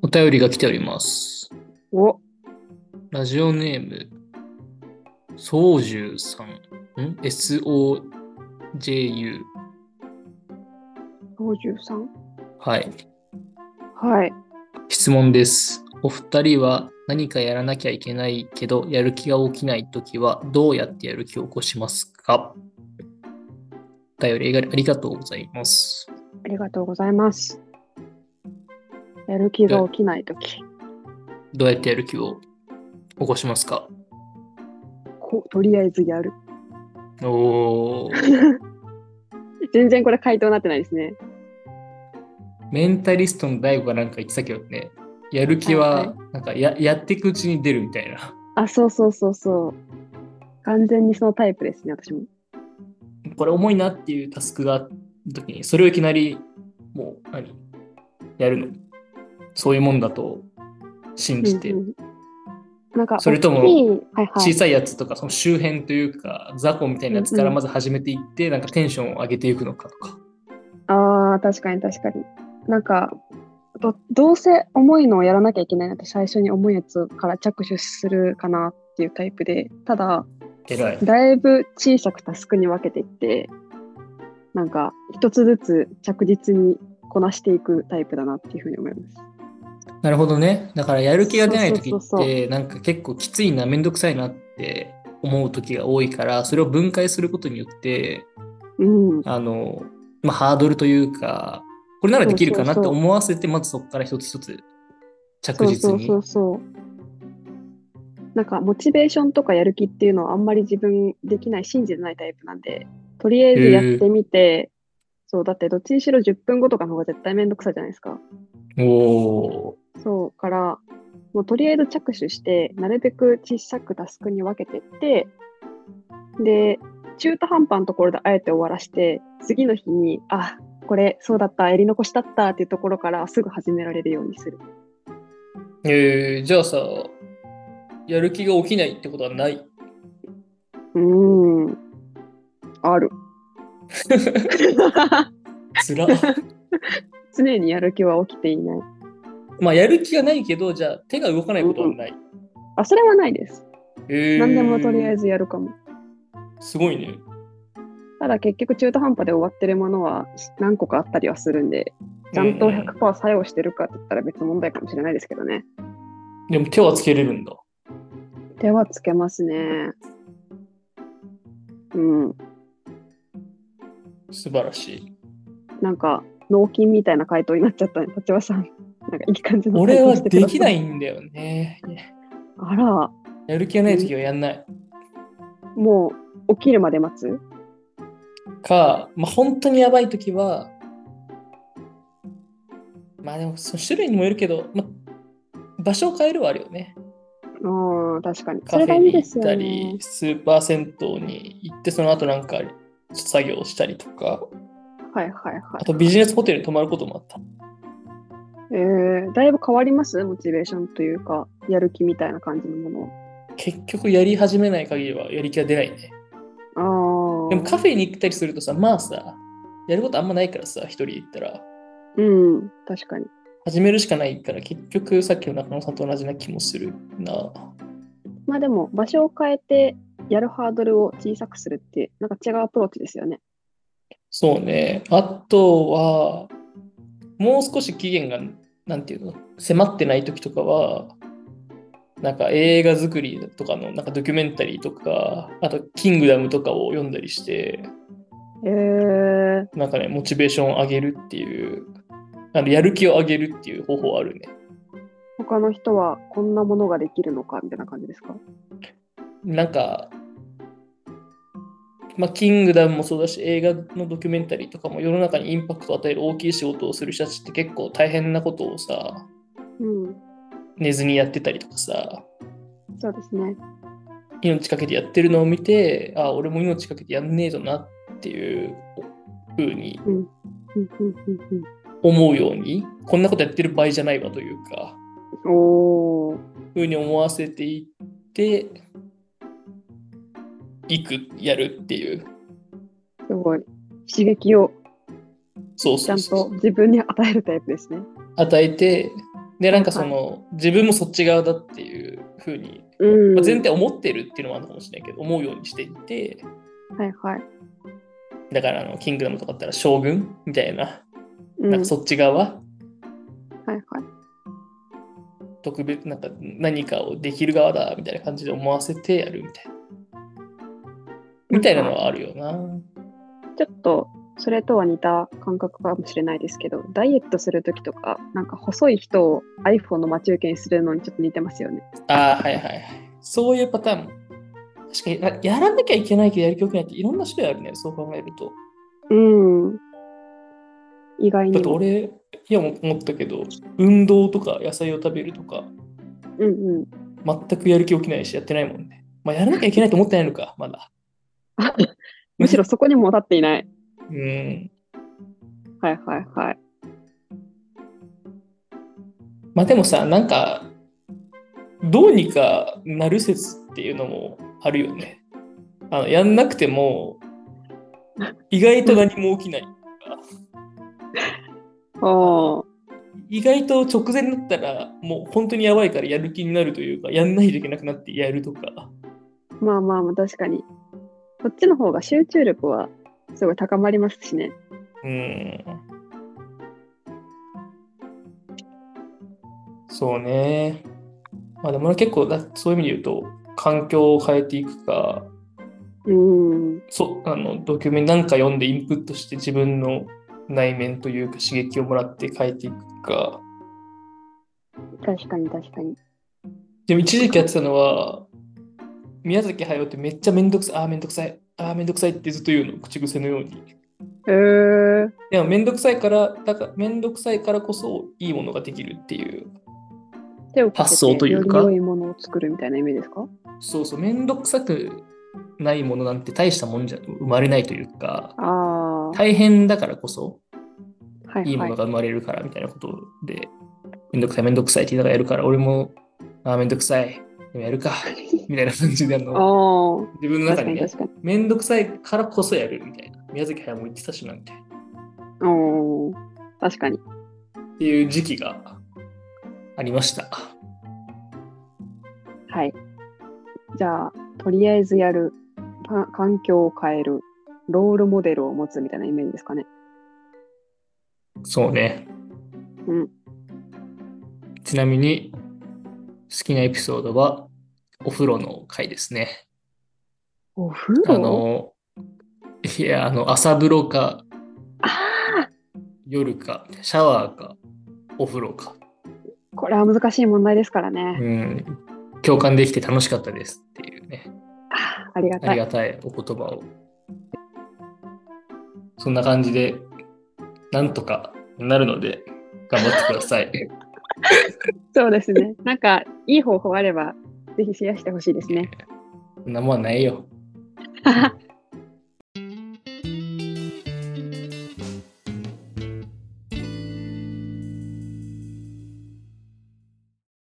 お便りが来ております。 お、 ラジオネーム、そうじゅうさん。SOJU。 53。 はい。 はい。 質問です。お二人は何かやらなきゃいけないけど、やる気が起きないときは、どうやってやる気を起こしますか？お便りありがとうございます。 ありがとうございます。やる気がど起きないとき、 どうやってやる気を起こしますか？ とりあえずやる。 おー。 全然これ回答になってないですね。 メンタリストの大悟がなんか言ってたけどね、やる気ははいはい。 なんかやっていくうちに出るみたいな。 あ、そうそうそうそう。完全にそのタイプですね、私も。 これ重いなっていうタスクがあった時に、それをいきなりもうやるの？そういうもんだと信じて。 うんうん。なんか、 そ大れともきい、はいはい。 小さいやつとか、その周辺というか、雑魚みたいなやつからうんうん。 まず始めていって、なんかテンションを上げていくのかとか。 ああ、確かに確かに。なんか、どうせ重いのをやらなきゃいけないなって最初に重いやつから着手するかなっていうタイプで、ただ、 偉い。 だいぶ小さくタスクに分けていって、なんか一つずつ着実にこなしていくタイプだなっていうふうに思います。 なるほどね。だからやる気がそうそう出ない時っそうそて、なんか結構きついな、めんどくさいなって思う時が多いから、それを分解することによって、 う。うん。 あの、ハードルというか、これならでそうきるかなってそうそう。 思わせて、まずそこから一つ一つ着そうそうそ実に。 うそう。なんかモチベーションとかやる気っていうのはあんまり自分できない、信じてないタイプなんで、とりあえずやっへてみて、そう、だってどっちにしろ10分後とかの方が絶対めんどくさいじゃないですか。 おー。 そうから、もうとりあえず着手して、なるべく小さくタスクに分けていって、で、中途半端なところであえて終わらして、次の日に、あ、これそうだった、やり残しだったっていうところからすぐ始められるようにする。 じゃあさ、やる気が起きないってことはない？ うーん、ある。 つら。 常にやる気は起きていない。 まあ、やる気がないけど、じゃあ手が動かないことうん。 はない？ あ、それはないです。何でもとりあえー、 ずやるかも。 すごいね。 ただ結局中途半端で終わってるものは何個かあったりはするんで、 うんちゃんとうん。 100%作用してるかって言ったら別問題かもしれないですけどね。 でも手はつけれるんだ。 手はつけますね。うん。 素晴らしい。 なんか、脳筋みたいな回答になっちゃったね。立場さん。なんかいい感じの回俺は答してくできなださい。 いんだよね。 あら、 やる気がないとんきはやんない。 もう起きるまで待つ。 本当にやばいときは、まあでもその種類にもよるけど、場所を変えるはあるよね。 うん、確かに。そカフェれがいいでに行ったすよね。 り、スーパー銭湯に行って、その後なんかちょっと作業したりとか、 はいはいはいあとビはい。 ジネスホテルに泊まることもあった。 だいぶ変わりますモチベーションというか、やる気みたいな感じのもの結局やり始めない限りはやり気が出ないね。でもは。ああ、 カフェに行ったりするとさ、まあさ、やることあんまないからさ、一人で行ったら。 うん、確かに。 始めるしかないから、結局さっきの中野さんと同じな気もするな。 まあでも、場所を変えて、やるハードルを小さくするって、なんか違うアプローチですよね。 そうね。あとは、もう少し期限が、なんていうの、迫ってない時とかは、なんか映画作りとかのなんかドキュメンタリーとか、あとキングダムとかを読んだりして、 えー、 なんかね、モチベーションを上げるっていう、やる気を上げるっていう方法あるね。 他の人はこんなものができるのかみたいな感じですか？ なんか、キングダムもそうだし、映画のドキュメンタリーとかも世の中にインパクトを与える大きい仕事をする人たちって結構大変なことをさ、 うん、 寝ずにやってたりとかさ、 そうですね。 命かけてやってるのを見て、あ、俺も命かけてやんねえとなっていう風にうん、うん、うん、うん、うん。 思うように、こんなことやってる場合じゃないわというか、 おー、 風に思わせていってやるっていう。 すごい。刺激をそうちゃんとそうそうそう。 自分に与えるタイプですね。 与えて、 で、なんかはいはい自分もそっち側だっていうふうに、 うん。 全然思ってるっていうのもあるのかもしれないけど、思うようにしていて、 はいはい。 だからキングダムとかだったら将軍みたいな、 うん。 なんかそっち側、 はいはい。 特別、なんか何かをできる側だみたいな感じで思わせてやるみたいなのなんか、 はあるよな。 ちょっと、それとは似た感覚かもしれないですけど、ダイエットするときとか、なんか細い人を iPhone の待ち受けにするのにちょっと似てますよね。 ああ、はいはいはい。そういうパターンも。確かに、やらなきゃいけないけどやる気起きないっていろんな種類あるね、そう考えると。 うん。意外だっにも。 て俺、いやも思ったけど、運動とか野菜を食べるとか、 うんうん。 全くやる気起きないしやってないもんね。まあ、やらなきゃいけないと思ってないのか、まだ。 むしろそこにも立っていない。 うん。 はいはいはい。 まあでもさ、なんか、どうにかなる説っていうのもあるよね。やんなくても、意外と何も起きない。 おー。 意外と直前だったら、もう本当にやばいからやる気になるというか、やんないといけなくなってやるとか。 まあまあまあ、確かに。そっちの方が集中力はすごい高まりますしね。 うん。そうね。まあでも俺結構そういう意味で言うと、環境を変えていくか、 うん。 ドキュメントなんか読んでインプットして自分の内面というか刺激をもらって変えていくか。 確かに確かに。 でも一時期やってたのは、宮崎駿ってめっちゃめんどくさい、ああめんどくさい、ああめんどくさいってずっと言うの、口癖のように。 へえ。 でもめんどくさいから、めんどくさいからこそいいものができるっていう手をかけ発想てよというか、 り良いものを作るみたいな意味ですか？ そうそう、めんどくさくないものなんて大したもんじゃ生まれないというか、 ああ、は大変だからこそいいもいはい。 のが生まれるからみたいなことで、めんどくさいめんどくさいって言いながらやるから、俺も、ああ、めんどくさい、でもやるか、みたいな感じでああ、 自分の中にね、 確かに確かに。 めんどくさいからこそやるみたいな。宮崎駿も言ってたしなみたいな。っおー、確かに。 ていう時期がありました。 はい。じゃあ、とりあえずやる、環境を変える、ロールモデルを持つみたいなイメージですかね。 そうね。 うん。 ちなみに好きなエピソードはお風呂の回ですね。 お風あ呂。 の、いや、朝風呂かああ夜か、シャワーかお風呂か。 ー、これは難しい問題ですからね。 うん、共感できて楽しかったですっていうね。 ああ、ありがありたい。 がたいお言葉を。そんな感じで、なんとかなるので、頑張ってください。 そうですね。なんか、いい方法あれば、ぜひシェアしてほしいですね。 そんなもんはないよ。